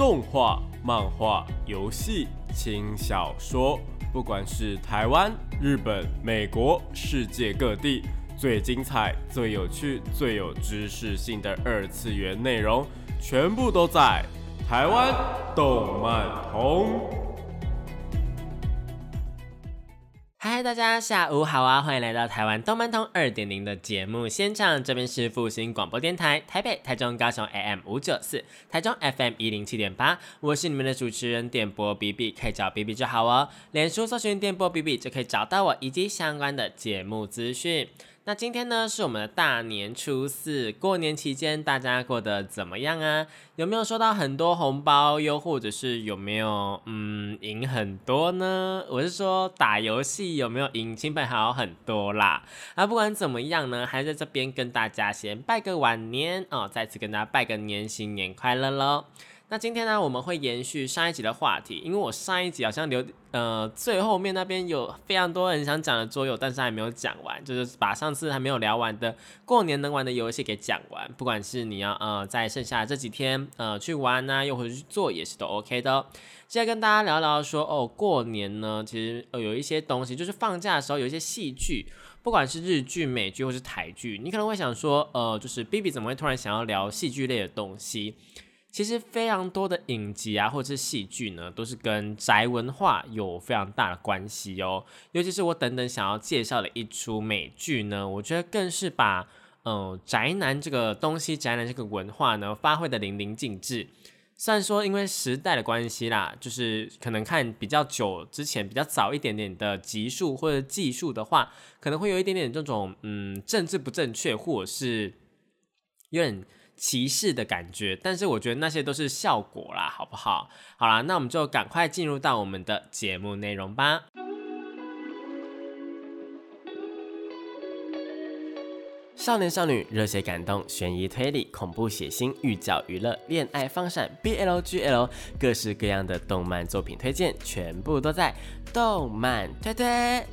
动画、漫画、游戏、轻小说，不管是台湾、日本、美国，世界各地，最精彩、最有趣、最有知识性的二次元内容，全部都在台湾动漫通。 嗨，大家下午好啊！欢迎来到台湾动漫通 2.0 的节目现场，这边是复兴广播电台，台北、台中、高雄 AM594，台中 FM107.8，我是你们的主持人电波 BB， 可以找 BB 就好哦。脸书搜寻电波 BB 就可以找到我以及相关的节目资讯。那今天呢是我们的大年初四，过年期间大家过得怎么样啊？有没有收到很多红包，又或者是有没有赢很多呢？我是说打游戏有没有赢亲朋好友很多啦？不管怎么样呢，还在这边跟大家先拜个晚年哦，再次跟大家拜个年，新年快乐咯。那今天呢，我们会延续上一集的话题，因为我上一集好像最后面那边有非常多人想讲的桌游，但是还没有讲完，就是把上次还没有聊完的过年能玩的游戏给讲完。不管是你要在剩下这几天去玩啊，又或者去做也是都 OK 的哦。接下来跟大家聊聊说过年呢，其实有一些东西，就是放假的时候有一些戏剧。不管是日剧、美剧或是台剧，你可能会想说，就是 BB 怎么会突然想要聊戏剧类的东西？其实非常多的影集啊，或者是戏剧呢，都是跟宅文化有非常大的关系哦。尤其是我等等想要介绍的一出美剧呢，我觉得更是把宅男这个东西、宅男这个文化呢，发挥的淋漓尽致。虽然说因为时代的关系啦，就是可能看比较久之前、比较早一点点的集数或者技术的话，可能会有一点点这种政治不正确，或者是有点歧视的感觉，但是我觉得那些都是效果啦，好不好？好啦，那我们就赶快进入到我们的节目内容吧。少年少女、热血感动、悬疑推理、恐怖血腥、寓教于乐、恋爱放闪、BL、GL， 各式各样的动漫作品推荐，全部都在动漫推推。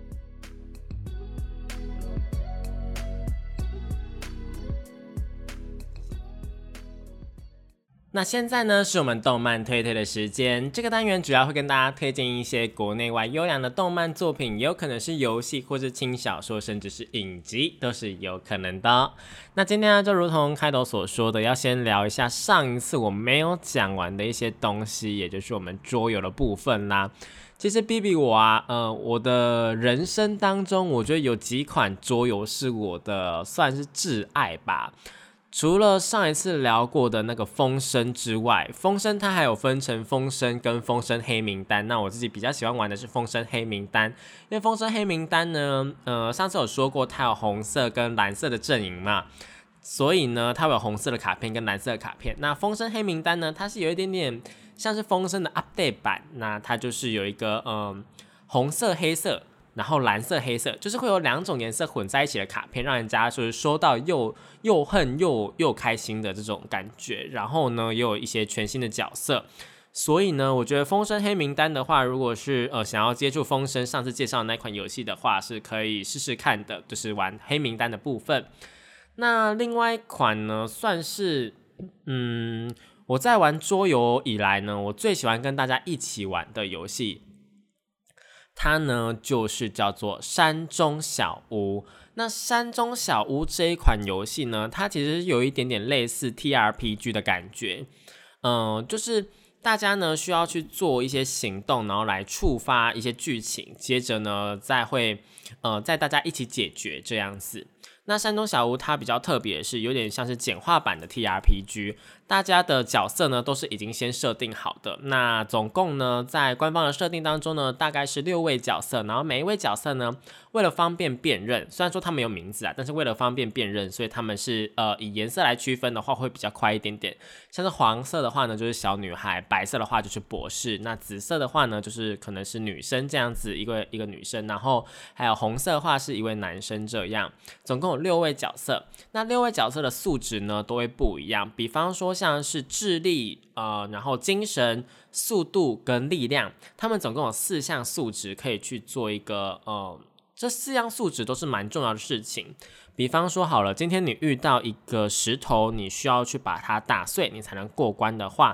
那现在呢，是我们动漫推推的时间。这个单元主要会跟大家推荐一些国内外优良的动漫作品，也有可能是游戏或是轻小说，甚至是影集，都是有可能的。那今天呢，就如同开头所说的，要先聊一下上一次我没有讲完的一些东西，也就是我们桌游的部分啦。其实 BB 我的人生当中，我觉得有几款桌游是我的算是挚爱吧。除了上一次聊过的那个风声之外，风声它还有分成风声跟风声黑名单。那我自己比较喜欢玩的是风声黑名单，因为风声黑名单呢，上次有说过它有红色跟蓝色的阵营嘛，所以呢，它有红色的卡片跟蓝色的卡片。那风声黑名单呢，它是有一点点像是风声的 update 版，那它就是有一个红色、黑色。然后蓝色、黑色，就是会有两种颜色混在一起的卡片，让人家就是收到又恨又开心的这种感觉。然后呢，也有一些全新的角色，所以呢，我觉得风声黑名单的话，如果是想要接触风声上次介绍的那款游戏的话，是可以试试看的，就是玩黑名单的部分。那另外一款呢，算是我在玩桌游以来呢，我最喜欢跟大家一起玩的游戏。它呢就是叫做山中小屋。那山中小屋这一款游戏呢，它其实有一点点类似 TRPG 的感觉，就是大家呢需要去做一些行动，然后来触发一些剧情，接着呢再会带大家一起解决这样子。那山中小屋它比较特别的是，有点像是简化版的 TRPG， 大家的角色呢都是已经先设定好的。那总共呢，在官方的设定当中呢，大概是6位角色，然后每一位角色呢，为了方便辨认，虽然说他们有名字啊，但是为了方便辨认，所以他们是以颜色来区分的话，会比较快一点点。像是黄色的话呢，就是小女孩；白色的话就是博士；那紫色的话呢，就是可能是女生这样子，一个女生，然后还有红色的话是一位男生这样，总共有6位角色。那6位角色的素质呢都会不一样，比方说像是智力然后精神、速度跟力量，他们总共有4项素质可以去做一个这4样素质都是蛮重要的事情。比方说好了，今天你遇到一个石头，你需要去把它打碎，你才能过关的话，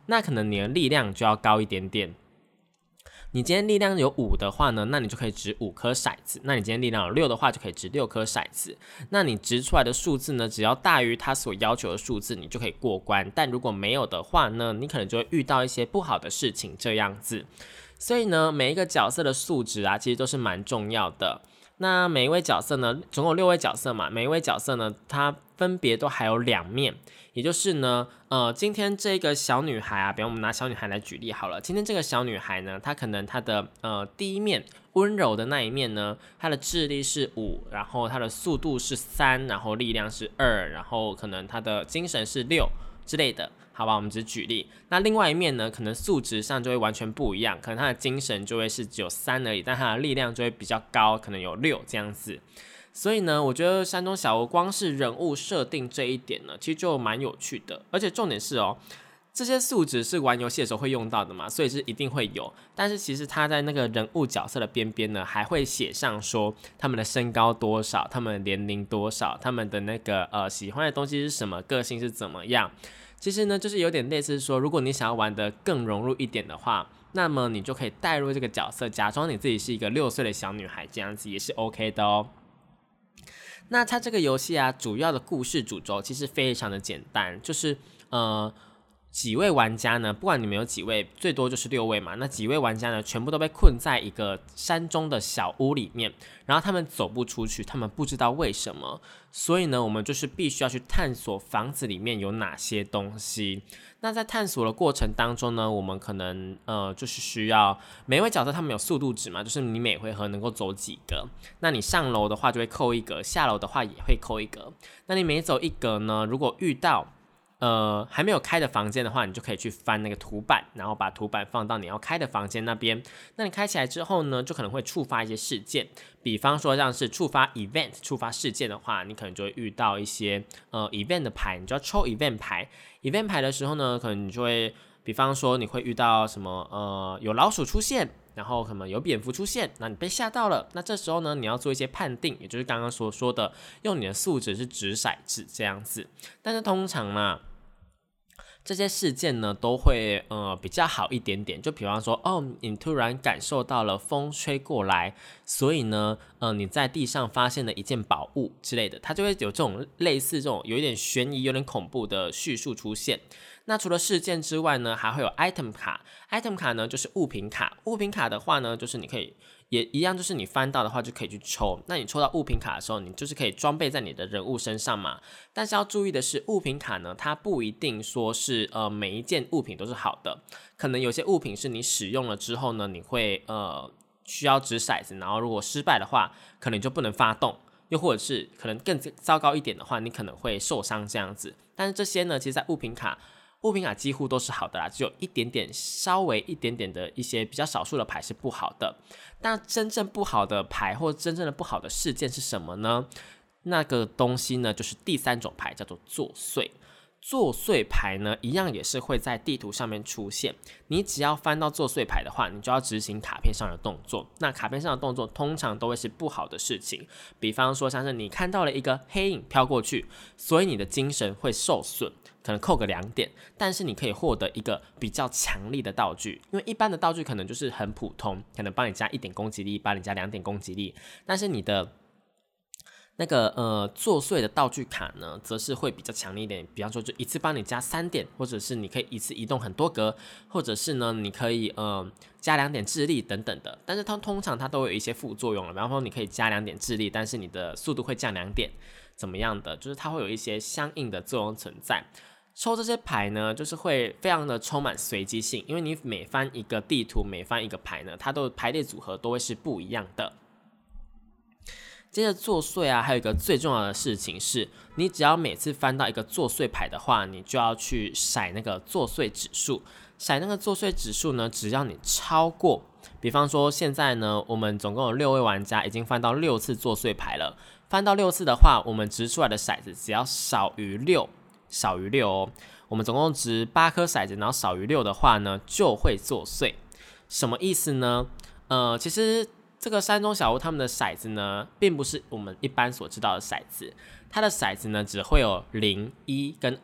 那可能你的力量就要高一点点。你今天力量有5的话呢，那你就可以掷5颗骰子。那你今天力量有6的话，就可以掷6颗骰子。那你掷出来的数字呢，只要大于它所要求的数字，你就可以过关。但如果没有的话呢，你可能就会遇到一些不好的事情这样子。所以呢，每一个角色的素质啊，其实都是蛮重要的。那每一位角色呢，总共6位角色嘛，每一位角色呢，它分别都还有2面，也就是呢，今天这个小女孩啊，比如我们拿小女孩来举例好了，今天这个小女孩呢，她可能她的第一面温柔的那一面呢，她的智力是5，然后她的速度是3，然后力量是2，然后可能她的精神是6之类的。好吧，我们只举例。那另外一面呢，可能数值上就会完全不一样，可能他的精神就会是只有3而已，但他的力量就会比较高，可能有6这样子。所以呢，我觉得山中小屋光是人物设定这一点呢，其实就蛮有趣的。而且重点是这些数值是玩游戏的时候会用到的嘛，所以是一定会有。但是其实他在那个人物角色的边边呢，还会写上说他们的身高多少，他们的年龄多少，他们的那个喜欢的东西是什么，个性是怎么样。其实呢，就是有点类似说，如果你想要玩得更融入一点的话，那么你就可以带入这个角色，假装你自己是一个6岁的小女孩，这样子也是 OK 的哦。那它这个游戏啊，主要的故事主轴其实非常的简单，就是几位玩家呢，不管你们有几位，最多就是6位嘛。那几位玩家呢，全部都被困在一个山中的小屋里面，然后他们走不出去，他们不知道为什么。所以呢，我们就是必须要去探索房子里面有哪些东西。那在探索的过程当中呢，我们可能就是需要每一位角色他们有速度值嘛，就是你每回合能够走几格。那你上楼的话就会扣1格，下楼的话也会扣1格。那你每走1格呢，如果遇到还没有开的房间的话，你就可以去翻那个图板，然后把图板放到你要开的房间那边。那你开起来之后呢，就可能会触发一些事件，比方说像是触发 event 触发事件的话，你可能就会遇到一些event 的牌，你就要抽 event 牌。event 牌的时候呢，可能你就会，比方说你会遇到什么有老鼠出现，然后可能有蝙蝠出现，那你被吓到了。那这时候呢，你要做一些判定，也就是刚刚所说的，用你的素质是掷骰子这样子。但是通常嘛，这些事件呢都会比较好一点点，就比方说你突然感受到了风吹过来，所以呢你在地上发现了一件宝物之类的，它就会有这种类似这种有一点悬疑有点恐怖的叙述出现。那除了事件之外呢，还会有 item 卡。item 卡呢就是物品卡，物品卡的话呢，就是你可以也一样，就是你翻到的话就可以去抽。那你抽到物品卡的时候，你就是可以装备在你的人物身上嘛。但是要注意的是，物品卡呢，它不一定说是每一件物品都是好的，可能有些物品是你使用了之后呢，你会需要掷骰子，然后如果失败的话，可能就不能发动。又或者是可能更糟糕一点的话，你可能会受伤这样子。但是这些呢，其实在物品卡几乎都是好的啦，只有一点点稍微一点点的一些比较少数的牌是不好的。但真正不好的牌或真正的不好的事件是什么呢？那个东西呢，就是第3种牌，叫做作祟。作祟牌呢，一样也是会在地图上面出现。你只要翻到作祟牌的话，你就要执行卡片上的动作。那卡片上的动作通常都会是不好的事情，比方说像是你看到了一个黑影飘过去，所以你的精神会受损，可能扣个2点，但是你可以获得一个比较强力的道具，因为一般的道具可能就是很普通，可能帮你加1点攻击力，帮你加2点攻击力，但是你的那个作祟的道具卡呢，则是会比较强烈一点，比方说就一次帮你加3点，或者是你可以一次移动很多格，或者是呢你可以加2点智力等等的。但是它通常它都有一些副作用了，比方说你可以加2点智力，但是你的速度会降2点，怎么样的，就是它会有一些相应的作用存在。抽这些牌呢，就是会非常的充满随机性，因为你每翻一个地图，每翻一个牌呢，它的排列组合都会是不一样的。接着作祟啊，还有一个最重要的事情是，你只要每次翻到一个作祟牌的话，你就要去骰那个作祟指数。骰那个作祟指数呢，只要你超过，比方说现在呢，我们总共有6位玩家已经翻到6次作祟牌了。翻到6次的话，我们掷出来的骰子只要少于6哦。我们总共掷8颗骰子，然后少于6的话呢，就会作祟。什么意思呢？其实这个山中小屋他们的骰子呢，并不是我们一般所知道的骰子，它的骰子呢只会有0、1跟2，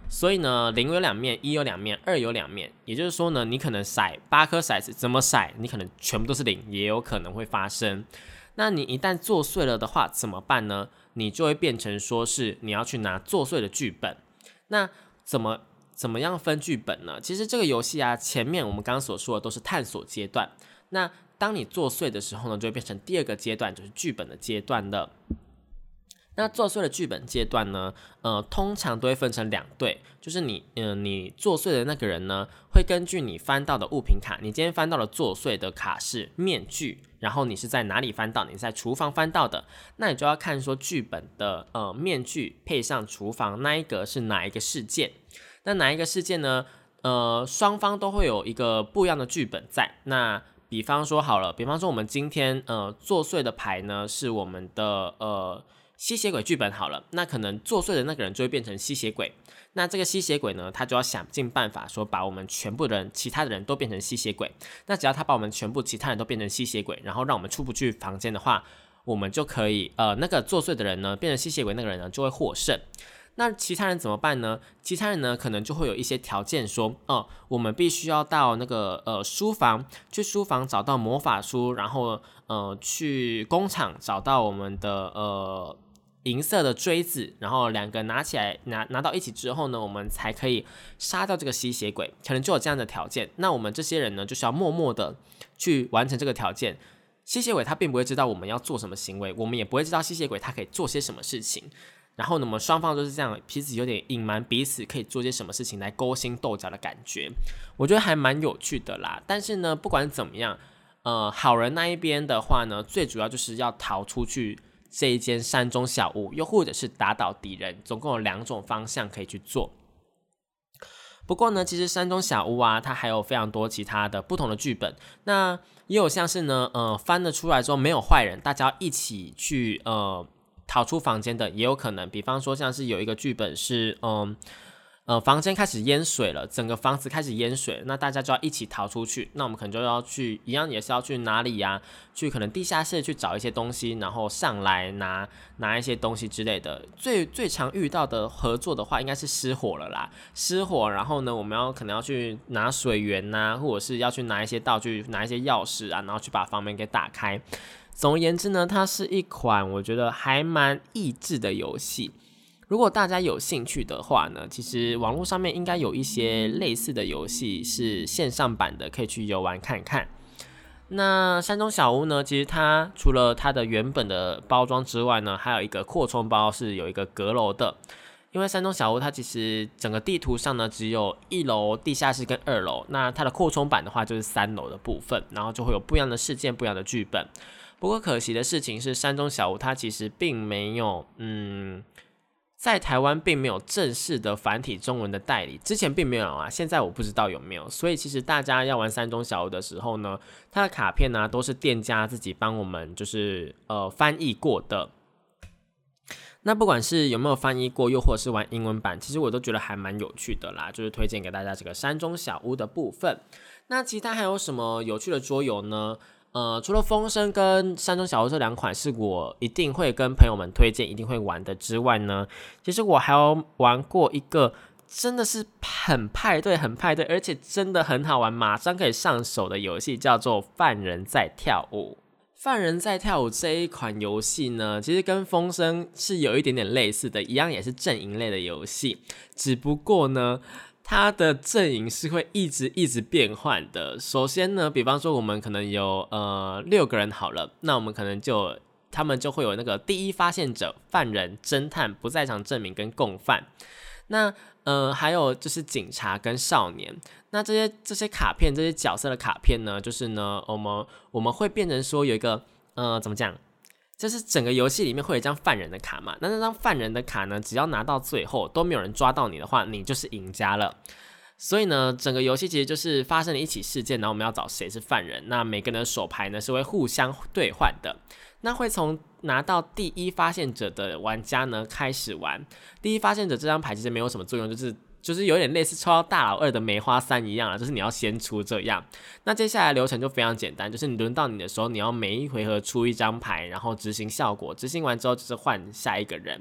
所以呢0有2面，1有2面，2有2面，也就是说呢，你可能骰8颗骰子，怎么骰你可能全部都是0，也有可能会发生。那你一旦作祟了的话怎么办呢？你就会变成说是你要去拿作祟的剧本。那怎么样分剧本呢？其实这个游戏啊，前面我们刚刚所说的都是探索阶段，那当你作祟的时候呢，就会变成第2个阶段，就是剧本的阶段了。那作祟的剧本阶段呢，通常都会分成2队，就是你作祟的那个人呢，会根据你翻到的物品卡，你今天翻到的作祟的卡是面具，然后你是在哪里翻到？你是在厨房翻到的，那你就要看说剧本的面具配上厨房那一格是哪一个事件。那哪一个事件呢？双方都会有一个不一样的剧本在。那比方说我们今天作祟的牌呢是我们的吸血鬼剧本好了，那可能作祟的那个人就会变成吸血鬼。那这个吸血鬼呢，他就要想尽办法说把我们全部的人，其他的人都变成吸血鬼。那只要他把我们全部其他人都变成吸血鬼，然后让我们出不去房间的话，我们就可以那个作祟的人呢变成吸血鬼那个人呢就会获胜。那其他人怎么办呢？其他人呢可能就会有一些条件说，我们必须要到那个书房，去书房找到魔法书，然后去工厂找到我们的银色的锥子，然后2个拿起来拿到一起之后呢，我们才可以杀掉这个吸血鬼，可能就有这样的条件。那我们这些人呢，就是要默默的去完成这个条件。吸血鬼他并不会知道我们要做什么行为，我们也不会知道吸血鬼他可以做些什么事情。然后呢，我们双方就是这样，彼此有点隐瞒彼此可以做些什么事情来勾心斗角的感觉，我觉得还蛮有趣的啦。但是呢，不管怎么样，好人那一边的话呢，最主要就是要逃出去这一间山中小屋，又或者是打倒敌人，总共有2种方向可以去做。不过呢，其实山中小屋啊，它还有非常多其他的不同的剧本。那也有像是呢，翻了出来之后没有坏人，大家一起去逃出房间的也有可能。比方说像是有一个剧本是房间开始淹水了，整个房子开始淹水了，那大家就要一起逃出去。那我们可能就要去，一样也是要去哪里呀？去可能地下室去找一些东西，然后上来拿一些东西之类的。最常遇到的合作的话，应该是失火了啦。失火，然后呢，我们可能要去拿水源啊，或者是要去拿一些道具，拿一些钥匙啊，然后去把房门给打开。总而言之呢，它是一款我觉得还蛮益智的游戏。如果大家有兴趣的话呢，其实网络上面应该有一些类似的游戏是线上版的，可以去游玩看看。那山中小屋呢，其实它除了它的原本的包装之外呢，还有一个扩充包是有一个阁楼的。因为山中小屋它其实整个地图上呢只有1楼、地下室跟2楼，那它的扩充版的话就是3楼的部分，然后就会有不一样的事件、不一样的剧本。不过可惜的事情是，山中小屋它其实并没有在台湾并没有正式的繁体中文的代理，之前并没有啊，现在我不知道有没有。所以其实大家要玩山中小屋的时候呢，它的卡片呢都是店家自己帮我们就是翻译过的。那不管是有没有翻译过，又或者是玩英文版，其实我都觉得还蛮有趣的啦，就是推荐给大家这个山中小屋的部分。那其他还有什么有趣的桌游呢？除了风声跟山中小屋这2款是我一定会跟朋友们推荐、一定会玩的之外呢，其实我还有玩过一个真的是很派对、而且真的很好玩，马上可以上手的游戏，叫做《犯人在跳舞》。犯人在跳舞这一款游戏呢，其实跟风声是有一点点类似的，一样也是阵营类的游戏，只不过呢，它的阵营是会一直变换的。首先呢，比方说我们可能有6个人好了，那我们可能他们就会有那个第一发现者、犯人、侦探、不在场证明跟共犯。那还有就是警察跟少年。那这些卡片，这些角色的卡片呢，就是呢，我们会变成说有一个怎么讲？就是整个游戏里面会有一张犯人的卡嘛，那张犯人的卡呢，只要拿到最后都没有人抓到你的话，你就是赢家了。所以呢，整个游戏其实就是发生了一起事件，然后我们要找谁是犯人。那每个人的手牌呢是会互相兑换的。那会从拿到第一发现者的玩家呢开始玩。第一发现者这张牌其实没有什么作用，就是有点类似抽到大老二的梅花3一样啦，就是你要先出这样。那接下来流程就非常简单，就是你轮到你的时候，你要每一回合出一张牌，然后执行效果，执行完之后就是换下一个人。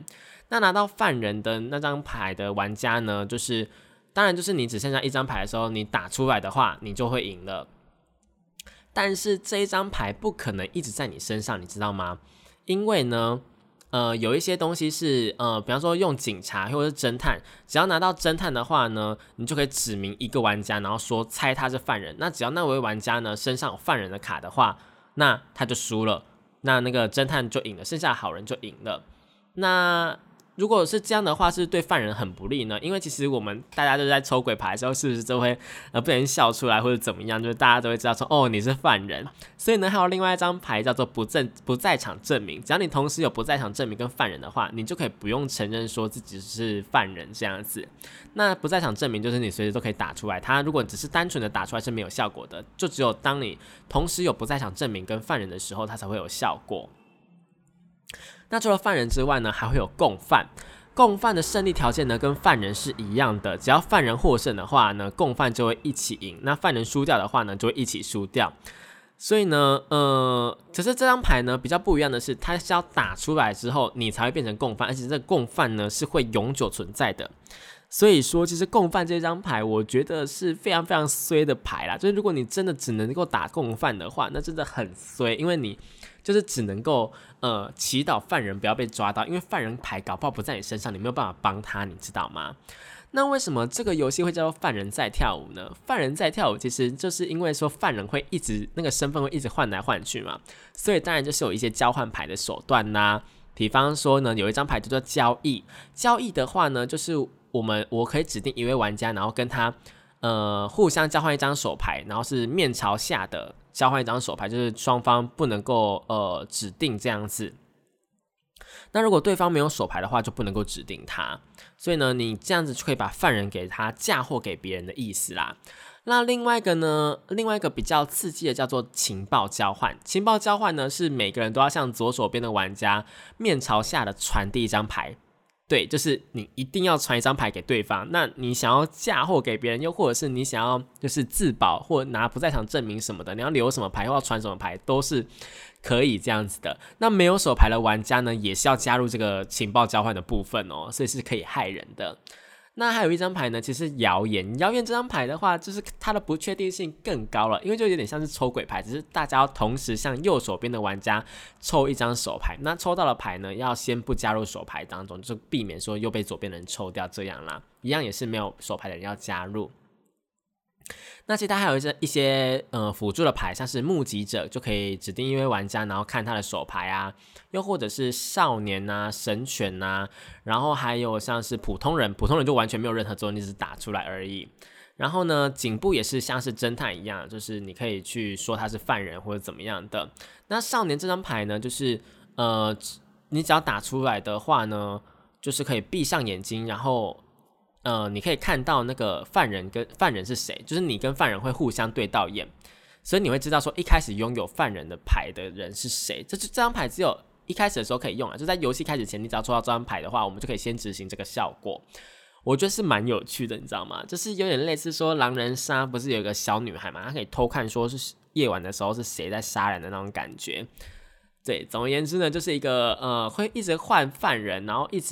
那拿到犯人的那张牌的玩家呢，就是当然就是你只剩下一张牌的时候，你打出来的话，你就会赢了。但是这一张牌不可能一直在你身上，你知道吗？因为呢，有一些东西是比方说用警察或者是侦探，只要拿到侦探的话呢，你就可以指明一个玩家，然后说猜他是犯人。那只要那位玩家呢身上有犯人的卡的话，那他就输了，那个侦探就赢了，剩下的好人就赢了。那如果是这样的话，是对犯人很不利呢？因为其实我们大家都在抽鬼牌的时候，是不是就会不小心笑出来或者怎么样？就是大家都会知道说，哦，你是犯人。所以呢，还有另外一张牌叫做不在场证明。只要你同时有不在场证明跟犯人的话，你就可以不用承认说自己是犯人这样子。那不在场证明就是你随时都可以打出来，它如果只是单纯的打出来是没有效果的，就只有当你同时有不在场证明跟犯人的时候，它才会有效果。那除了犯人之外呢，还会有共犯。共犯的胜利条件呢，跟犯人是一样的，只要犯人获胜的话呢，共犯就会一起赢；那犯人输掉的话呢，就会一起输掉。所以呢，只是这张牌呢比较不一样的是，它是要打出来之后，你才会变成共犯，而且这个共犯呢是会永久存在的。所以说，其实共犯这张牌，我觉得是非常非常衰的牌啦。就是如果你真的只能够打共犯的话，那真的很衰，因为你就是只能够祈祷犯人不要被抓到，因为犯人牌搞不好不在你身上，你没有办法帮他，你知道吗？那为什么这个游戏会叫做犯人在跳舞呢？犯人在跳舞其实就是因为说犯人会一直那个身份会一直换来换去嘛，所以当然就是有一些交换牌的手段啦。比方说呢，有一张牌叫做交易，交易的话呢，就是我可以指定一位玩家，然后跟他互相交换一张手牌，然后是面朝下的交换一张手牌，就是双方不能够指定这样子。那如果对方没有手牌的话，就不能够指定他。所以呢，你这样子就可以把犯人给他嫁祸给别人的意思啦。那另外一个比较刺激的叫做情报交换。情报交换呢，是每个人都要向左手边的玩家面朝下的传递一张牌。对，就是你一定要传一张牌给对方。那你想要嫁祸给别人，又或者是你想要就是自保或拿不在场证明什么的，你要留什么牌或要传什么牌，都是可以这样子的。那没有手牌的玩家呢，也是要加入这个情报交换的部分哦，所以是可以害人的。那还有一张牌呢，其实是谣言。谣言这张牌的话，就是它的不确定性更高了，因为就有点像是抽鬼牌，只是大家要同时向右手边的玩家抽一张手牌。那抽到的牌呢，要先不加入手牌当中，就是避免说又被左边的人抽掉这样啦。一样也是没有手牌的人要加入。那其他还有一些辅助的牌，像是目击者，就可以指定一位玩家，然后看他的手牌啊，又或者是少年啊、神犬啊，然后还有像是普通人就完全没有任何作用，你只是打出来而已。然后呢，警部也是像是侦探一样，就是你可以去说他是犯人或者怎么样的。那少年这张牌呢，就是你只要打出来的话呢，就是可以闭上眼睛，然后你可以看到那个犯人跟犯人是谁，就是你跟犯人会互相对到眼，所以你会知道说一开始拥有犯人的牌的人是谁。这张牌只有一开始的时候可以用啊，就在游戏开始前，你只要抽到这张牌的话，我们就可以先执行这个效果。我觉得是蛮有趣的，你知道吗？就是有点类似说狼人杀，不是有一个小女孩嘛，她可以偷看说是夜晚的时候是谁在杀人的那种感觉。对，总而言之呢，就是一个会一直换犯人，然后一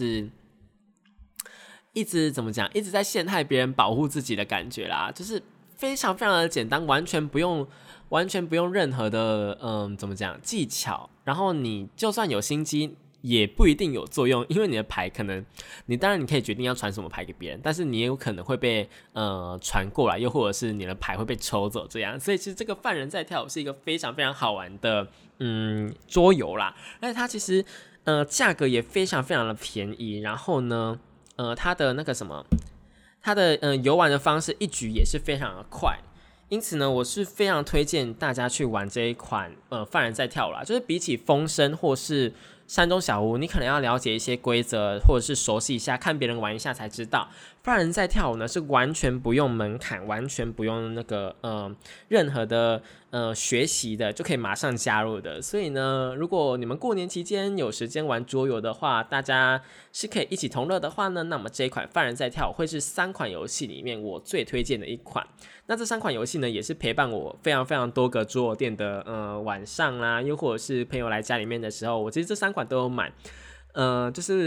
直怎么讲，一直在陷害别人保护自己的感觉啦，就是非常非常的简单，完全不用任何的怎么讲技巧，然后你就算有心机也不一定有作用，因为你的牌可能你当然你可以决定要传什么牌给别人，但是你也有可能会被传过来，又或者是你的牌会被抽走这样。所以其实这个犯人在跳舞是一个非常非常好玩的桌游啦，而且它其实价格也非常非常的便宜，然后呢它的那个什么，它的游玩的方式一局也是非常的快，因此呢，我是非常推荐大家去玩这一款犯人在跳舞啦。就是比起风声或是山中小屋，你可能要了解一些规则，或者是熟悉一下，看别人玩一下才知道。犯人在跳舞呢，是完全不用门槛，完全不用那个任何的学习的，就可以马上加入的。所以呢，如果你们过年期间有时间玩桌游的话，大家是可以一起同乐的话呢，那么这一款犯人在跳舞会是3款游戏里面我最推荐的一款。那这3款游戏呢，也是陪伴我非常非常多个桌游店的晚上啦，又或者是朋友来家里面的时候，我其实这3款都有买。就是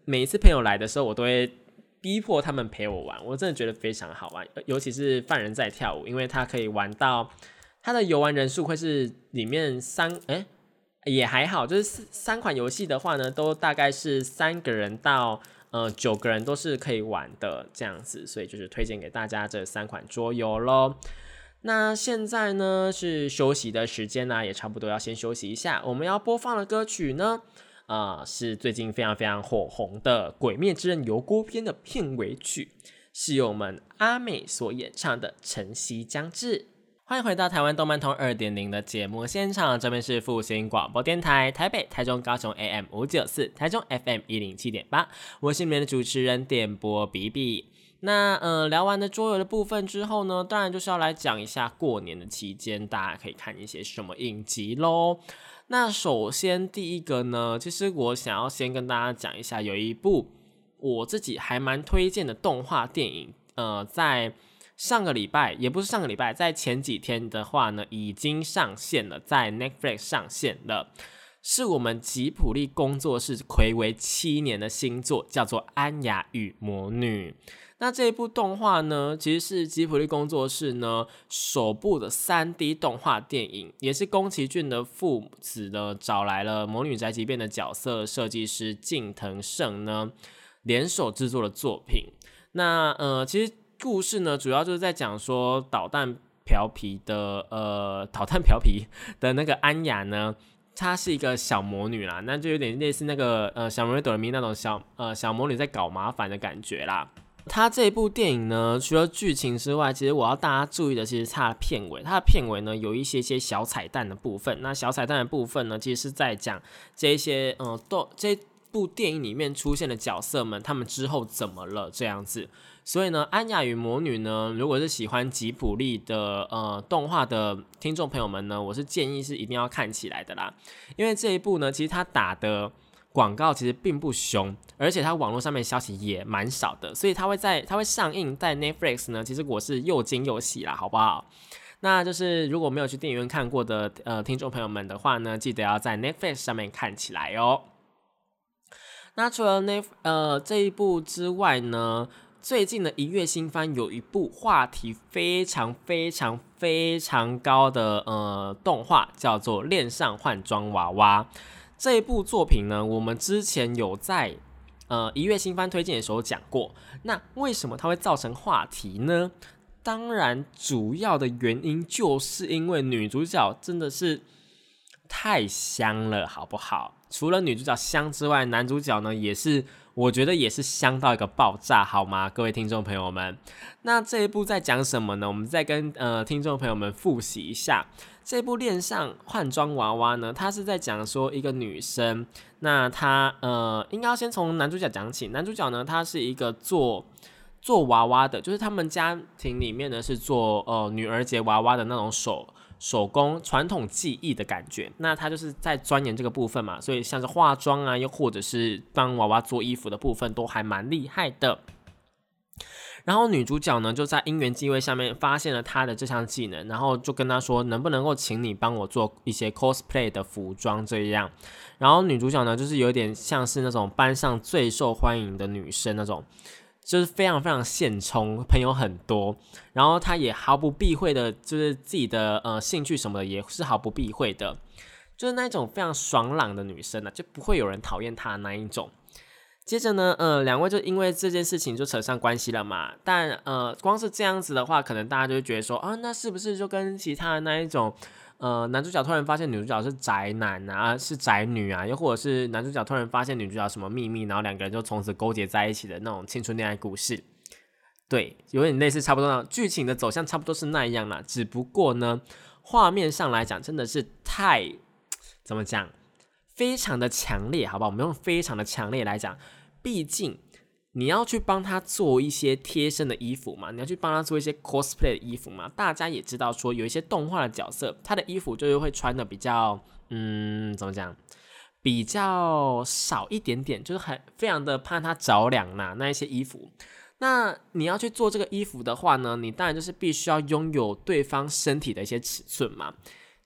每一次朋友来的时候，我都会逼迫他们陪我玩，我真的觉得非常好玩，尤其是犯人在跳舞，因为他可以玩到他的游玩人数会是里面也还好，就是3款游戏的话呢，都大概是3个人到9个人都是可以玩的这样子，所以就是推荐给大家这3款桌游咯。那现在呢是休息的时间也差不多要先休息一下。我们要播放的歌曲呢，是最近非常非常火红的《鬼灭之刃油锅篇》的片尾曲，是由我们阿美所演唱的《晨曦将至》。欢迎回到台湾动漫通 2.0 的节目现场，这边是复兴广播电台台北、台中、高雄 AM 594，台中 FM 107.8，我是你们的主持人点播比比。那聊完的桌游的部分之后呢，当然就是要来讲一下过年的期间大家可以看一些什么影集咯。那首先第一个呢，其实我想要先跟大家讲一下，有一部我自己还蛮推荐的动画电影，在上个礼拜，也不是上个礼拜，在前几天的话呢，已经上线了，在 Netflix 上线了，是我们吉卜力工作室睽违7年的新作，叫做《安雅与魔女》。那这一部动画呢，其实是吉卜力工作室呢首部的3D 动画电影，也是宫崎骏的父子呢找来了《魔女宅急便》的角色设计师近藤胜呢联手制作的作品。那其实故事呢主要就是在讲说导弹调皮的那个安雅呢，她是一个小魔女啦，那就有点类似那个小魔女哆来咪那种小魔女在搞麻烦的感觉啦。它这一部电影呢，除了剧情之外，其实我要大家注意的，其实是它的片尾。它的片尾呢，有一些小彩蛋的部分。那小彩蛋的部分呢，其实是在讲这一些这部电影里面出现的角色们，他们之后怎么了这样子。所以呢，安雅与魔女呢，如果是喜欢吉卜力的动画的听众朋友们呢，我是建议是一定要看起来的啦。因为这一部呢，其实它打的广告其实并不凶，而且它网络上面消息也蛮少的，所以它会上映在 Netflix 呢，其实我是又惊又喜啦，好不好？那就是如果没有去电影院看过的听众朋友们的话呢，记得要在 Netflix 上面看起来哦。那除了这一部之外呢，最近的1月新番有一部话题非常非常非常高的动画，叫做《恋上换装娃娃》。这一部作品呢，我们之前有在1月新番推荐的时候讲过。那为什么它会造成话题呢？当然主要的原因就是因为女主角真的是太香了，好不好？除了女主角香之外，男主角呢我觉得也是香到一个爆炸，好吗？各位听众朋友们，那这一部在讲什么呢？我们再跟听众朋友们复习一下。这部恋上换装娃娃呢，它是在讲说一个女生，那她应该要先从男主角讲起。男主角呢，他是一个做娃娃的，就是他们家庭里面呢是做女儿节娃娃的那种手工传统技艺的感觉。那他就是在钻研这个部分嘛，所以像是化妆啊，又或者是帮娃娃做衣服的部分，都还蛮厉害的。然后女主角呢，就在因缘际会下面发现了她的这项技能，然后就跟她说，能不能够请你帮我做一些 cosplay 的服装这样。然后女主角呢，就是有点像是那种班上最受欢迎的女生那种，就是非常非常现充，朋友很多，然后她也毫不避讳的，就是自己的兴趣什么的也是毫不避讳的，就是那一种非常爽朗的女生就不会有人讨厌她那一种。接着呢，两位就因为这件事情就扯上关系了嘛。但光是这样子的话，可能大家就会觉得说，那是不是就跟其他的那一种，男主角突然发现女主角是宅男啊，是宅女啊，又或者是男主角突然发现女主角什么秘密，然后两个人就从此勾结在一起的那种青春恋爱故事。对，有点类似，差不多那种剧情的走向差不多是那样啦。只不过呢，画面上来讲真的是怎么讲，非常的强烈，好不好？我们用非常的强烈来讲。毕竟你要去帮他做一些贴身的衣服嘛，你要去帮他做一些 cosplay 的衣服嘛。大家也知道说，有一些动画的角色，他的衣服就是会穿的比较，怎么讲，比较少一点点，就是非常的怕他着凉那一些衣服。那你要去做这个衣服的话呢，你当然就是必须要拥有对方身体的一些尺寸嘛。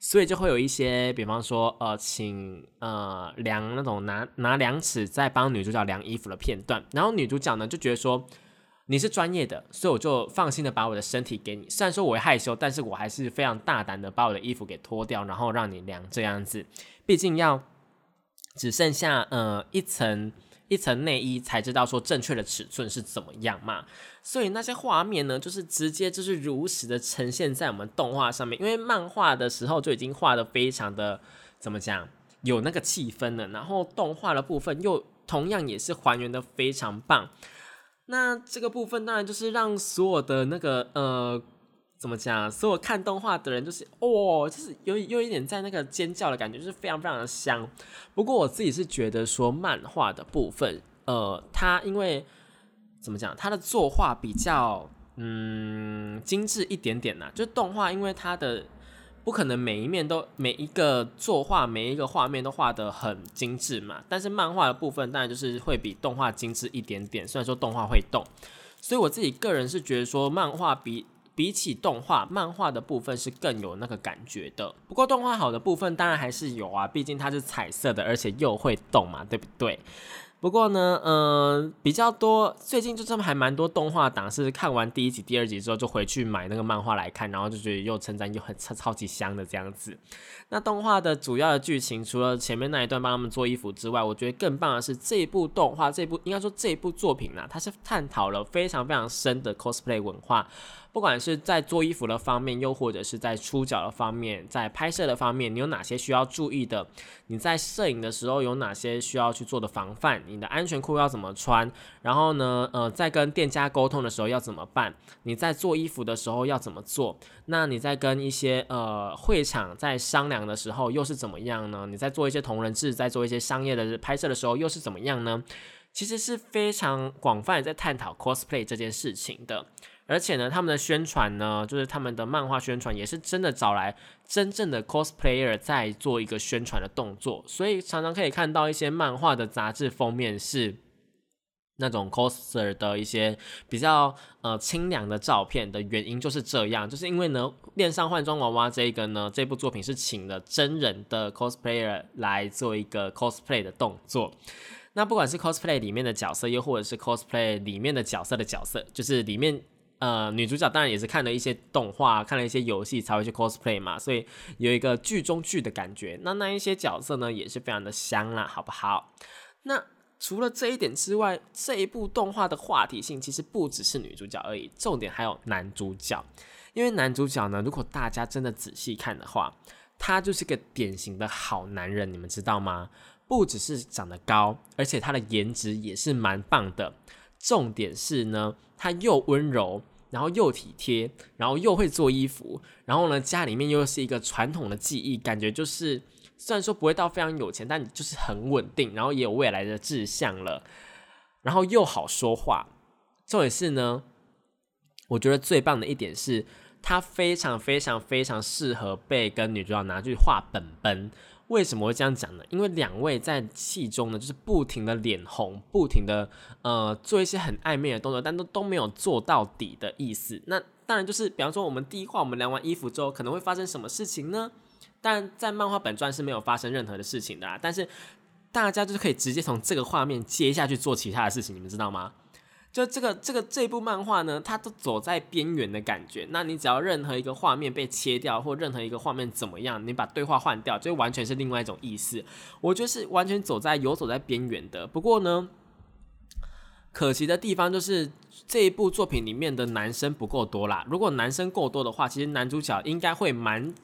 所以就会有一些，比方说请量那种拿量尺在帮女主角量衣服的片段，然后女主角呢就觉得说你是专业的，所以我就放心的把我的身体给你。虽然说我会害羞，但是我还是非常大胆的把我的衣服给脱掉，然后让你量这样子。毕竟要只剩下一层内衣才知道说正确的尺寸是怎么样嘛，所以那些画面呢，就是直接就是如实的呈现在我们动画上面。因为漫画的时候就已经画的非常的怎么讲，有那个气氛了，然后动画的部分又同样也是还原的非常棒。那这个部分当然就是让所有的那个怎么讲？所有看动画的人就是就是有一点在那个尖叫的感觉，就是非常非常的香。不过我自己是觉得说漫画的部分，它因为怎么讲，它的作画比较精致一点点啦。就动画，因为它的不可能每一个作画每一个画面都画得很精致嘛，但是漫画的部分当然就是会比动画精致一点点。虽然说动画会动，所以我自己个人是觉得说漫画比起动画，漫画的部分是更有那个感觉的。不过动画好的部分当然还是有啊，毕竟它是彩色的，而且又会动嘛，对不对？不过呢，比较多，最近就这么还蛮多动画党是看完第1集、第2集之后就回去买那个漫画来看，然后就觉得又称赞又很超级香的这样子。那动画的主要的剧情，除了前面那一段帮他们做衣服之外，我觉得更棒的是这一部动画，应该说这一部作品啦，它是探讨了非常非常深的 cosplay 文化。不管是在做衣服的方面，又或者是在出角的方面，在拍摄的方面，你有哪些需要注意的？你在摄影的时候有哪些需要去做的防范？你的安全裤要怎么穿？然后呢，在跟店家沟通的时候要怎么办？你在做衣服的时候要怎么做？那你在跟一些会场在商量的时候又是怎么样呢？你在做一些同人志，在做一些商业的拍摄的时候又是怎么样呢？其实是非常广泛的在探讨 cosplay 这件事情的。而且呢，他们的宣传呢，就是他们的漫画宣传也是真的找来真正的 cosplayer 在做一个宣传的动作，所以常常可以看到一些漫画的杂志封面是那种 coser 的一些比较清凉的照片的原因就是这样，就是因为呢，恋上换装娃娃这部作品是请了真人的 cosplayer 来做一个 cosplay 的动作。那不管是 cosplay 里面的角色，又或者是 cosplay 里面的角色，就是里面女主角当然也是看了一些动画，看了一些游戏才会去 cosplay 嘛，所以有一个剧中剧的感觉。那一些角色呢，也是非常的香啦，好不好？那除了这一点之外，这一部动画的话题性其实不只是女主角而已，重点还有男主角。因为男主角呢，如果大家真的仔细看的话，他就是个典型的好男人，你们知道吗？不只是长得高，而且他的颜值也是蛮棒的。重点是呢，他又温柔，然后又体贴，然后又会做衣服，然后呢，家里面又是一个传统的技艺，感觉就是虽然说不会到非常有钱，但就是很稳定，然后也有未来的志向了，然后又好说话。重点是呢，我觉得最棒的一点是，他非常非常非常适合被跟女主角拿去画本本。为什么会这样讲呢？因为两位在戏中呢，就是不停的脸红，不停的做一些很暧昧的动作，但都没有做到底的意思。那当然就是，比方说我们第一话我们量完衣服之后，可能会发生什么事情呢？当然在漫画本传是没有发生任何的事情的啦，但是大家就是可以直接从这个画面接下去做其他的事情，你们知道吗？就这部漫画呢，它都走在边缘的感觉。那你只要任何一个画面被切掉，或任何一个画面怎么样，你把对话换掉，就完全是另外一种意思。我觉得是完全走在边缘的。不过呢，可惜的地方就是这一部作品里面的男生不够多啦。如果男生够多的话，其实男主角应该会蛮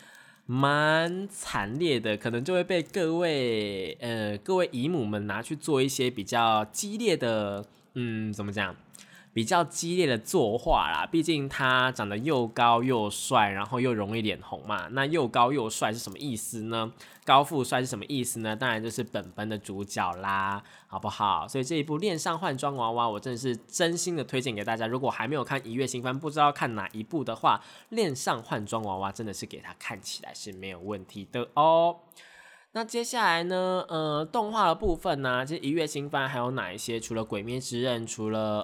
惨烈的，可能就会被各位姨母们拿去做一些比较激烈的。怎么讲？比较激烈的作画啦，毕竟他长得又高又帅，然后又容易脸红嘛。那又高又帅是什么意思呢？高富帅是什么意思呢？当然就是本本的主角啦，好不好？所以这一部恋上换装娃娃，我真的是真心的推荐给大家。如果还没有看一月新番，不知道看哪一部的话，恋上换装娃娃真的是给他看起来是没有问题的哦。 那接下来呢，动画的部分呢，其实1月新番还有哪一些？除了《鬼灭之刃》，除了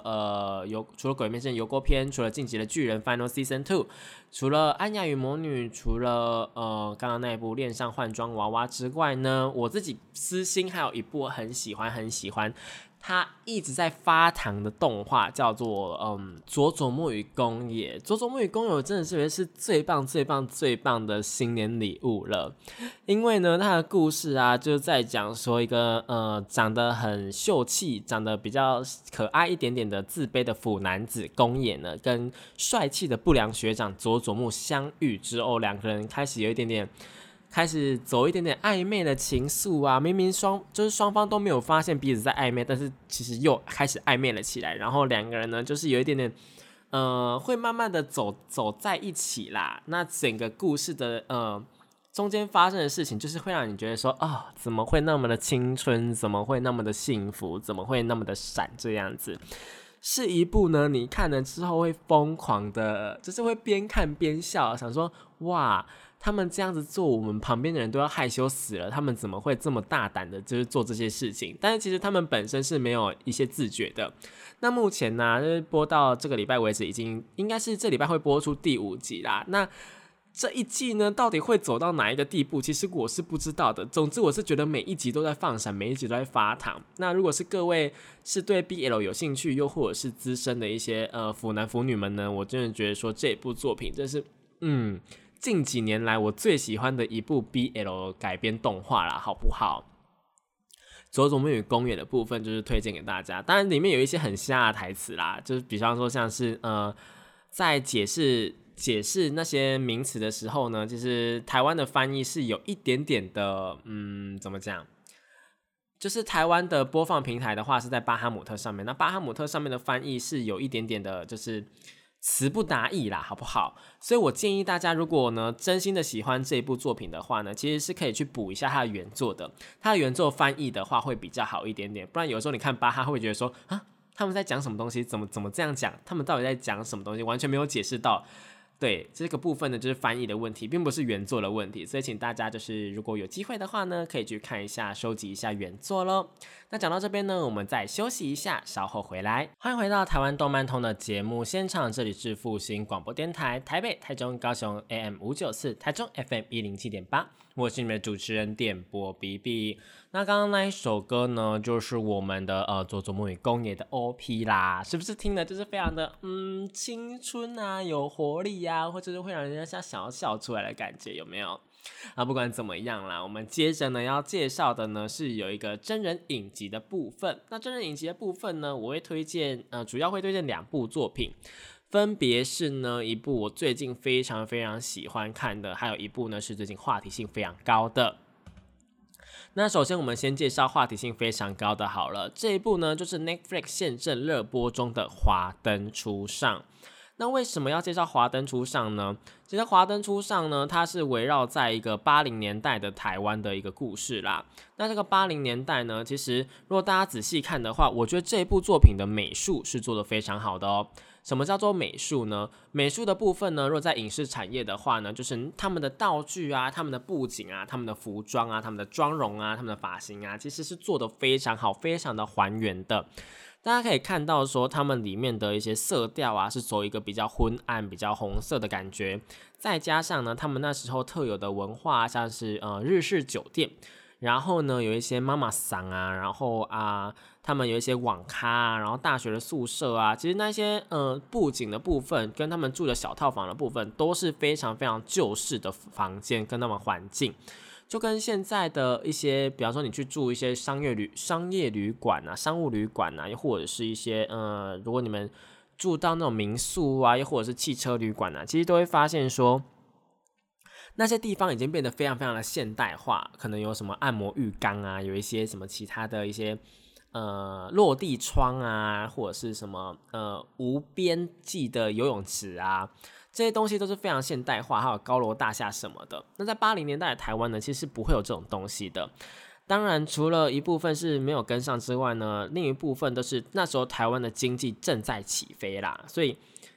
《鬼灭之刃》油锅篇，除了《进击的巨人》Final Season 2，除了《安雅与魔女》，除了刚刚那一部《恋上换装娃娃》之外呢，我自己私心还有一部很喜欢，它一直在发糖的动画叫做佐佐木与宫野。佐佐木与宫野我真的是最棒的新年礼物了，因为呢它的故事啊就是在讲说一个长得很秀气，长得比较可爱一点点的自卑的腐男子宫野呢，跟帅气的不良学长佐佐木相遇之后，两个人开始走一点点暧昧的情愫啊，明明双方都没有发现彼此在暧昧，但是其实又开始暧昧了起来，然后两个人呢就是有一点点会慢慢的走在一起啦。那整个故事的中间发生的事情，就是会让你觉得说怎么会那么的青春，怎么会那么的幸福，怎么会那么的闪，这样子是一部呢你看了之后会疯狂的，就是会边看边笑，想说哇，他们这样子做，我们旁边的人都要害羞死了，他们怎么会这么大胆的就是做这些事情？但是其实他们本身是没有一些自觉的。那目前呢，就是播到这个礼拜为止，应该是这礼拜会播出第5集啦。那这一季呢，到底会走到哪一个地步？其实我是不知道的。总之，我是觉得每一集都在放闪，每一集都在发糖。那如果是各位是对 BL 有兴趣，又或者是资深的一些腐男腐女们呢，我真的觉得说这部作品真是近几年来我最喜欢的一部 BL 改编动画啦，好不好？佐佐木与宫野的部分就是推荐给大家，当然里面有一些很瞎的台词啦，就是比方说像是在解释那些名词的时候呢，其实台湾的翻译是有一点点的怎么讲，就是台湾的播放平台的话是在巴哈姆特上面，那巴哈姆特上面的翻译是有一点点的就是词不达意啦，好不好？所以我建议大家，如果呢真心的喜欢这一部作品的话呢，其实是可以去补一下它的原作的，它的原作翻译的话会比较好一点点，不然有时候你看巴哈会觉得说他们在讲什么东西，怎么这样讲，他们到底在讲什么东西，完全没有解释到。对，这个部分呢就是翻译的问题，并不是原作的问题，所以请大家就是如果有机会的话呢，可以去看一下，收集一下原作咯。那讲到这边呢，我们再休息一下，稍后回来。欢迎回到台湾动漫通的节目现场，这里是复兴广播电台，台北、台中、高雄 AM594，台中 FM107.8，我是你们的主持人电波 BB。那刚刚那一首歌呢，就是我们的佐佐木与宫野的 OP 啦，是不是听的就是非常的青春啊，有活力啊，或者是会让人家想要笑出来的感觉，有没有？不管怎么样啦，我们接着呢要介绍的呢是有一个真人影集的部分。那真人影集的部分呢，我会推荐主要会推荐2部作品，分别是呢一部我最近非常非常喜欢看的，还有一部呢是最近话题性非常高的。那首先我们先介绍话题性非常高的好了，这一部呢就是 Netflix 现正热播中的《华灯初上》。那为什么要介绍《华灯初上》呢？其实《华灯初上》呢，它是围绕在一个80年代的台湾的一个故事啦。那这个80年代呢，其实如果大家仔细看的话，我觉得这一部作品的美术是做得非常好的哦。什么叫做美术呢？美术的部分呢，如果在影视产业的话呢，就是他们的道具啊、他们的布景啊、他们的服装啊、他们的妆容啊、他们的发型啊，其实是做得非常好、非常的还原的。大家可以看到说他们里面的一些色调啊是走一个比较昏暗比较红色的感觉，再加上呢他们那时候特有的文化，像是日式酒店，然后呢有一些妈妈桑啊，然后他们有一些网咖啊，然后大学的宿舍啊，其实那些布景的部分跟他们住的小套房的部分都是非常非常旧式的房间跟他们环境，就跟现在的一些，比方说你去住一些商业旅馆啊、商务旅馆啊，又或者是一些如果你们住到那种民宿啊，又或者是汽车旅馆啊，其实都会发现说，那些地方已经变得非常非常的现代化，可能有什么按摩浴缸啊，有一些什么其他的一些落地窗啊，或者是什么无边际的游泳池啊。这些东西都是非常现代化，还有高楼大厦什么的。那在80年代的台湾呢，其实不会有这种东西的。当然，除了一部分是没有跟上之外呢，另一部分都是那时候台湾的经济正在起飞啦，所以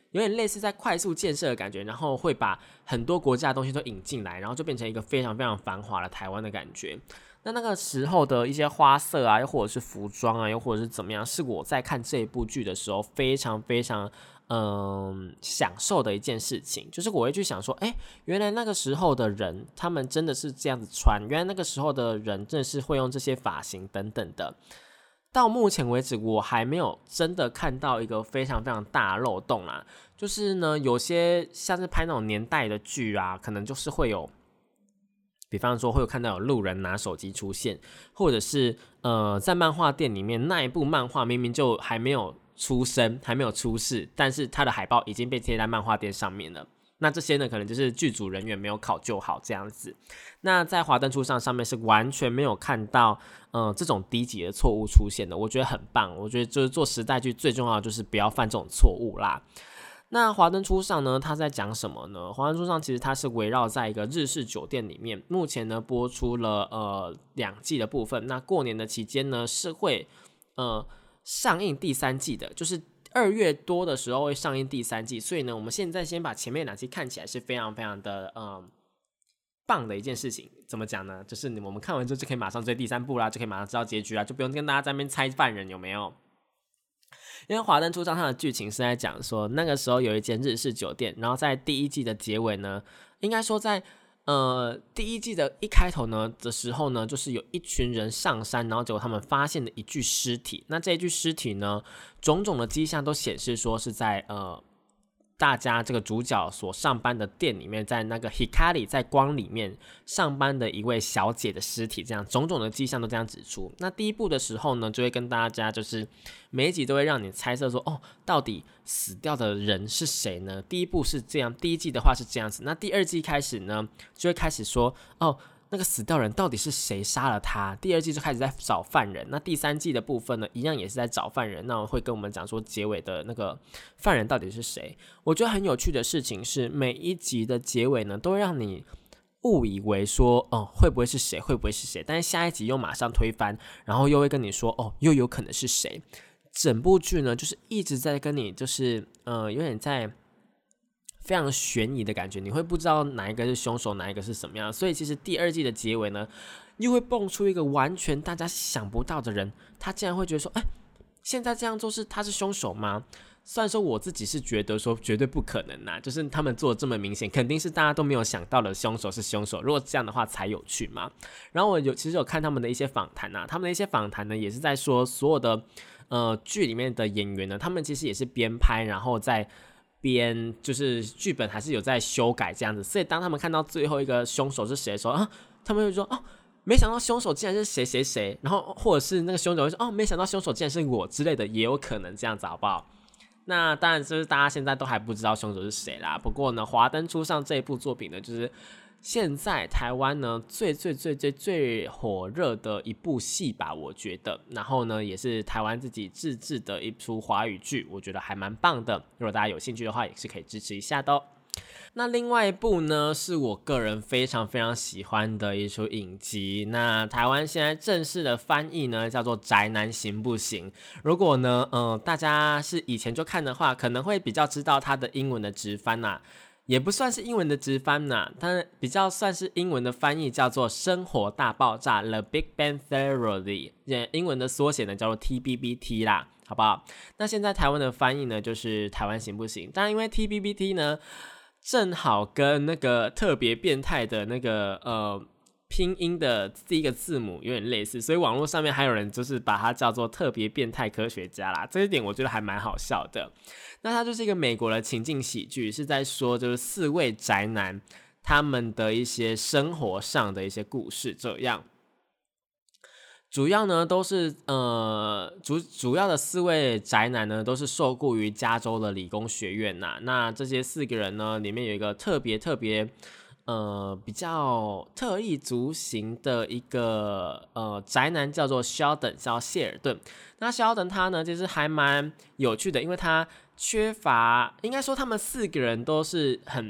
有点类似在快速建设的感觉，然后会把很多国家的东西都引进来，然后就变成一个非常非常繁华的台湾的感觉。那个时候的一些花色啊，又或者是服装啊，又或者是怎么样，是我在看这一部剧的时候非常非常享受的一件事情。就是我会去想说，原来那个时候的人他们真的是这样子穿，原来那个时候的人真的是会用这些发型等等的。到目前为止我还没有真的看到一个非常非常大的漏洞啦。就是呢，有些像是拍那种年代的剧啊，可能就是会有，比方说会有看到有路人拿手机出现，或者是在漫画店里面那一部漫画明明就还没有出生，还没有出世，但是它的海报已经被贴在漫画店上面了。那这些呢，可能就是剧组人员没有考究好这样子。那在华灯初上上面是完全没有看到这种低级的错误出现的，我觉得很棒。我觉得就是做时代剧最重要的就是不要犯这种错误啦。那华灯初上呢，它在讲什么呢？华灯初上其实它是围绕在一个日式酒店里面，目前呢播出了2季的部分。那过年的期间呢是会上映第3季的，就是2月多的时候会上映第3季。所以呢，我们现在先把前面2季看起来是非常非常的棒的一件事情。怎么讲呢？就是我们看完之后就可以马上追第3部啦，就可以马上知道结局啦，就不用跟大家在那边猜犯人有没有。因为华灯初上它的剧情是在讲说，那个时候有一间日式酒店，然后在第1季的结尾呢，应该说在第1季的一开头呢的时候呢，就是有一群人上山，然后结果他们发现了一具尸体。那这一具尸体呢，种种的迹象都显示说是在大家这个主角所上班的店里面，在那个 Hikari 在光里面上班的一位小姐的尸体，这样种种的迹象都这样指出。那第1部的时候呢，就会跟大家就是每一集都会让你猜测说，到底死掉的人是谁呢？第1部是这样，第1季的话是这样子。那第2季开始呢，就会开始说，那个死掉人到底是谁杀了他？第2季就开始在找犯人。那第3季的部分呢，一样也是在找犯人。那我会跟我们讲说结尾的那个犯人到底是谁。我觉得很有趣的事情是，每一集的结尾呢，都会让你误以为说，会不会是谁？会不会是谁？但是下一集又马上推翻，然后又会跟你说，又有可能是谁。整部剧呢，就是一直在跟你，就是有点在非常悬疑的感觉，你会不知道哪一个是凶手，哪一个是什么样。所以其实第2季的结尾呢，又会蹦出一个完全大家想不到的人，他竟然会觉得说，现在这样做他是凶手吗？虽然说我自己是觉得说绝对不可能啦，就是他们做的这么明显，肯定是大家都没有想到的凶手是凶手。如果这样的话才有趣嘛。然后我其实有看他们的一些访谈啊，他们的一些访谈呢，也是在说所有的剧里面的演员呢，他们其实也是边拍，然后在边就是剧本还是有在修改这样子。所以当他们看到最后一个凶手是谁的时候，他们会说，没想到凶手竟然是谁谁谁，然后或者是那个凶手会说，没想到凶手竟然是我之类的，也有可能这样子，好不好？那当然就是大家现在都还不知道凶手是谁啦。不过呢，华灯初上这一部作品呢，就是现在台湾呢最火热的一部戏吧，我觉得。然后呢，也是台湾自己自制的一出华语剧，我觉得还蛮棒的。如果大家有兴趣的话，也是可以支持一下的。那另外一部呢，是我个人非常非常喜欢的一出影集。那台湾现在正式的翻译呢，叫做《宅男行不行》。如果呢，大家是以前就看的话，可能会比较知道它的英文的直翻啦，也不算是英文的直翻啦，但比较算是英文的翻译，叫做《生活大爆炸》The Big Bang Theory， 英文的缩写呢叫做 TBBT 啦，好不好？那现在台湾的翻译呢，就是台湾行不行？当然，因为 TBBT 呢，正好跟那个特别变态的那个拼音的第一个字母有点类似，所以网络上面还有人就是把它叫做特别变态科学家啦。这一点我觉得还蛮好笑的。那它就是一个美国的情境喜剧，是在说就是4位宅男他们的一些生活上的一些故事，这样。主要呢都是主要的4位宅男呢都是受雇于加州的理工学院呐。那这些4个人呢，里面有一个特别比较特立独行的一个宅男，叫做 Sheldon， 叫谢尔顿。那 Sheldon 他呢，其实还蛮有趣的，因为他缺乏，应该说他们4个人都是很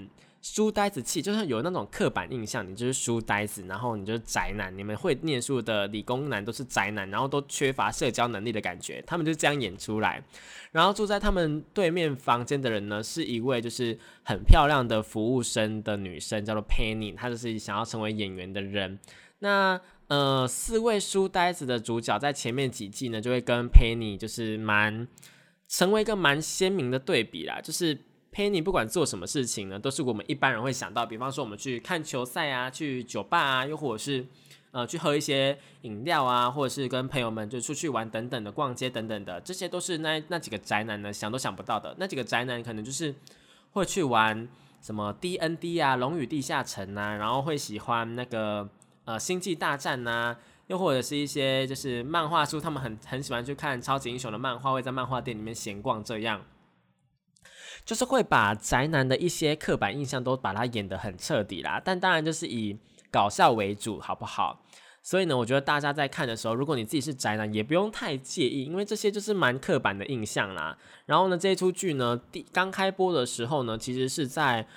书呆子气，就是有那种刻板印象，你就是书呆子，然后你就是宅男，你们会念书的理工男都是宅男，然后都缺乏社交能力的感觉，他们就这样演出来。然后住在他们对面房间的人呢，是一位就是很漂亮的服务生的女生，叫做 Penny， 她就是想要成为演员的人。那4位书呆子的主角在前面几季呢，就会跟 Penny 就是成为一个蛮鲜明的对比啦，就是 Penny 不管做什么事情呢，都是我们一般人会想到，比方说我们去看球赛啊，去酒吧啊，又或者是去喝一些饮料啊，或者是跟朋友们就出去玩等等的，逛街等等的，这些都是那几个宅男呢想都想不到的。那几个宅男可能就是会去玩什么 DND 啊，龙与地下城啊，然后会喜欢那个星际大战啊，又或者是一些就是漫画书，他们很喜欢去看超级英雄的漫画，会在漫画店里面闲逛，这样就是会把宅男的一些刻板印象都把它演得很彻底啦。但当然就是以搞笑为主，好不好？所以呢，我觉得大家在看的时候，如果你自己是宅男，也不用太介意，因为这些就是蛮刻板的印象啦。然后呢，这一出剧呢，刚开播的时候呢，其实是在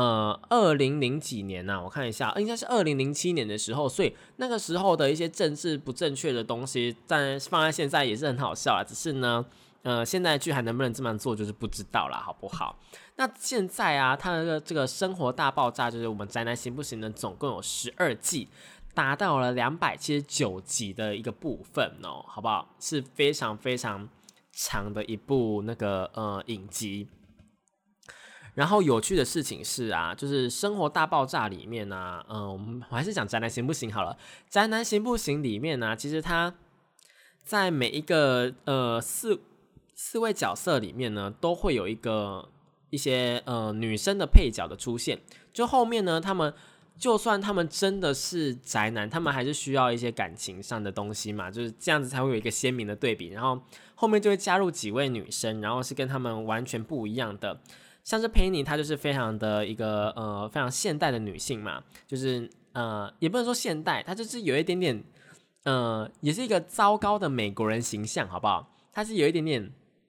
2000几年啊，我看一下，应该是2007年的时候，所以那个时候的一些政治不正确的东西，但放在现在也是很好笑啦。只是呢，现在剧还能不能这么做，就是不知道啦，好不好？那现在啊，它的这个生活大爆炸，就是我们宅男行不行呢？总共有12季，达到了279集的一个部分哦，好不好？是非常非常长的一部那个影集。然后有趣的事情是啊，就是《生活大爆炸》里面啊，我还是讲宅男行不行好了。宅男行不行里面啊，其实他在每一个四位角色里面呢，都会有一些女生的配角的出现。就后面呢，就算他们真的是宅男，他们还是需要一些感情上的东西嘛，就是这样子才会有一个鲜明的对比。然后后面就会加入几位女生，然后是跟他们完全不一样的。像是佩妮，她就是非常的一个非常现代的女性嘛，就是也不能说现代，她就是有一点点也是一个糟糕的美国人形象，好不好？她是有一点点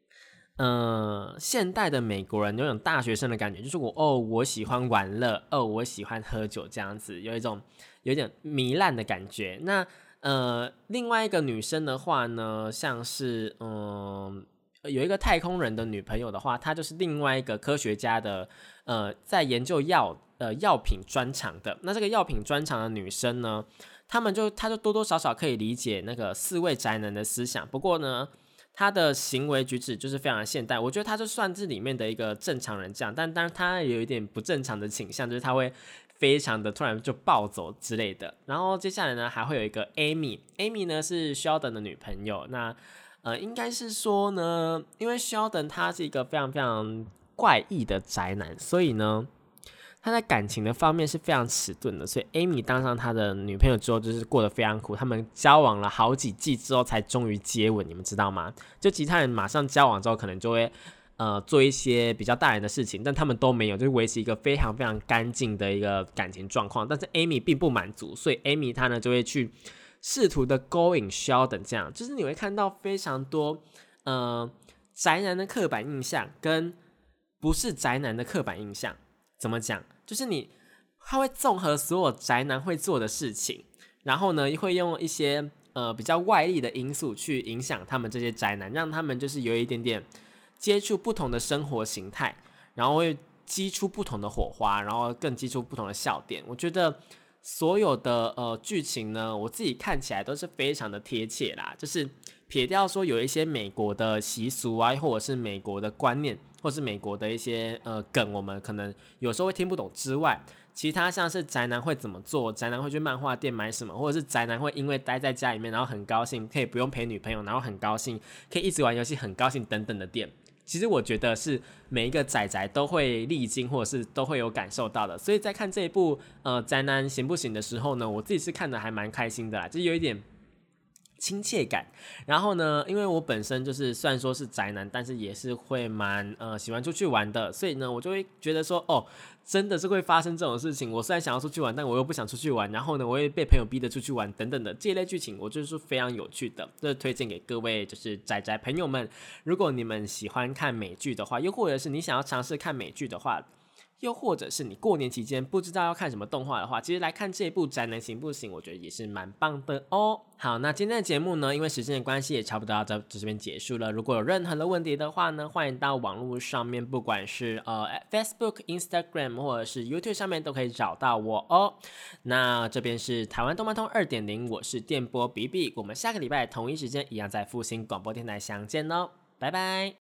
现代的美国人，有种大学生的感觉，就是我喜欢玩乐，我喜欢喝酒这样子，有点糜烂的感觉。那另外一个女生的话呢，像是有一个太空人的女朋友的话，她就是另外一个科学家的在研究药品专长的。那这个药品专长的女生呢，她就多多少少可以理解那个4位宅男的思想。不过呢，她的行为举止就是非常现代，我觉得她就算是里面的一个正常人这样，但当然她有一点不正常的倾向，就是她会非常的突然就暴走之类的。然后接下来呢，还会有一个 Amy 呢是 Sheldon 的女朋友。那应该是说呢，因为 Sheldon 他是一个非常非常怪异的宅男，所以呢，他在感情的方面是非常迟钝的。所以 Amy 当上他的女朋友之后，就是过得非常苦。他们交往了好几季之后，才终于接吻，你们知道吗？就其他人马上交往之后，可能就会做一些比较大人的事情，但他们都没有，就是维持一个非常非常干净的一个感情状况。但是 Amy 并不满足，所以 Amy 她呢就会去试图的勾引 Sheldon， 这样就是你会看到非常多宅男的刻板印象跟不是宅男的刻板印象。怎么讲？就是他会综合所有宅男会做的事情，然后呢会用一些比较外力的因素去影响他们这些宅男，让他们就是有一点点接触不同的生活形态，然后会激出不同的火花，然后更激出不同的笑点。我觉得所有的剧情呢，我自己看起来都是非常的贴切啦，就是撇掉说有一些美国的习俗啊，或者是美国的观念，或是美国的一些梗，我们可能有时候会听不懂之外，其他像是宅男会怎么做，宅男会去漫画店买什么，或者是宅男会因为待在家里面，然后很高兴可以不用陪女朋友，然后很高兴可以一直玩游戏，很高兴等等的店。其实我觉得是每一个宅宅都会历经，或者是都会有感受到的。所以在看这一部宅男行不行的时候呢，我自己是看的还蛮开心的啦，就是有一点亲切感。然后呢，因为我本身就是虽然说是宅男，但是也是会蛮喜欢出去玩的，所以呢，我就会觉得说，真的是会发生这种事情。我虽然想要出去玩，但我又不想出去玩，然后呢，我会被朋友逼着出去玩等等的这一类剧情，我就是非常有趣的，这推荐给各位就是宅宅朋友们。如果你们喜欢看美剧的话，又或者是你想要尝试看美剧的话， 又或者是你过年期间不知道要看什么动画的话，其实来看这一部宅男行不行，我觉得也是蛮棒的哦。好，那今天的节目呢，因为时间的关系也差不多要到这边结束了。如果有任何的问题的话呢，欢迎到网络上面，不管是Facebook、Instagram 或者是 YouTube 上面都可以找到我哦。那这边是台湾动漫通 2.0， 我是电波比比，我们下个礼拜同一时间一样在复兴广播电台相见哦，拜拜。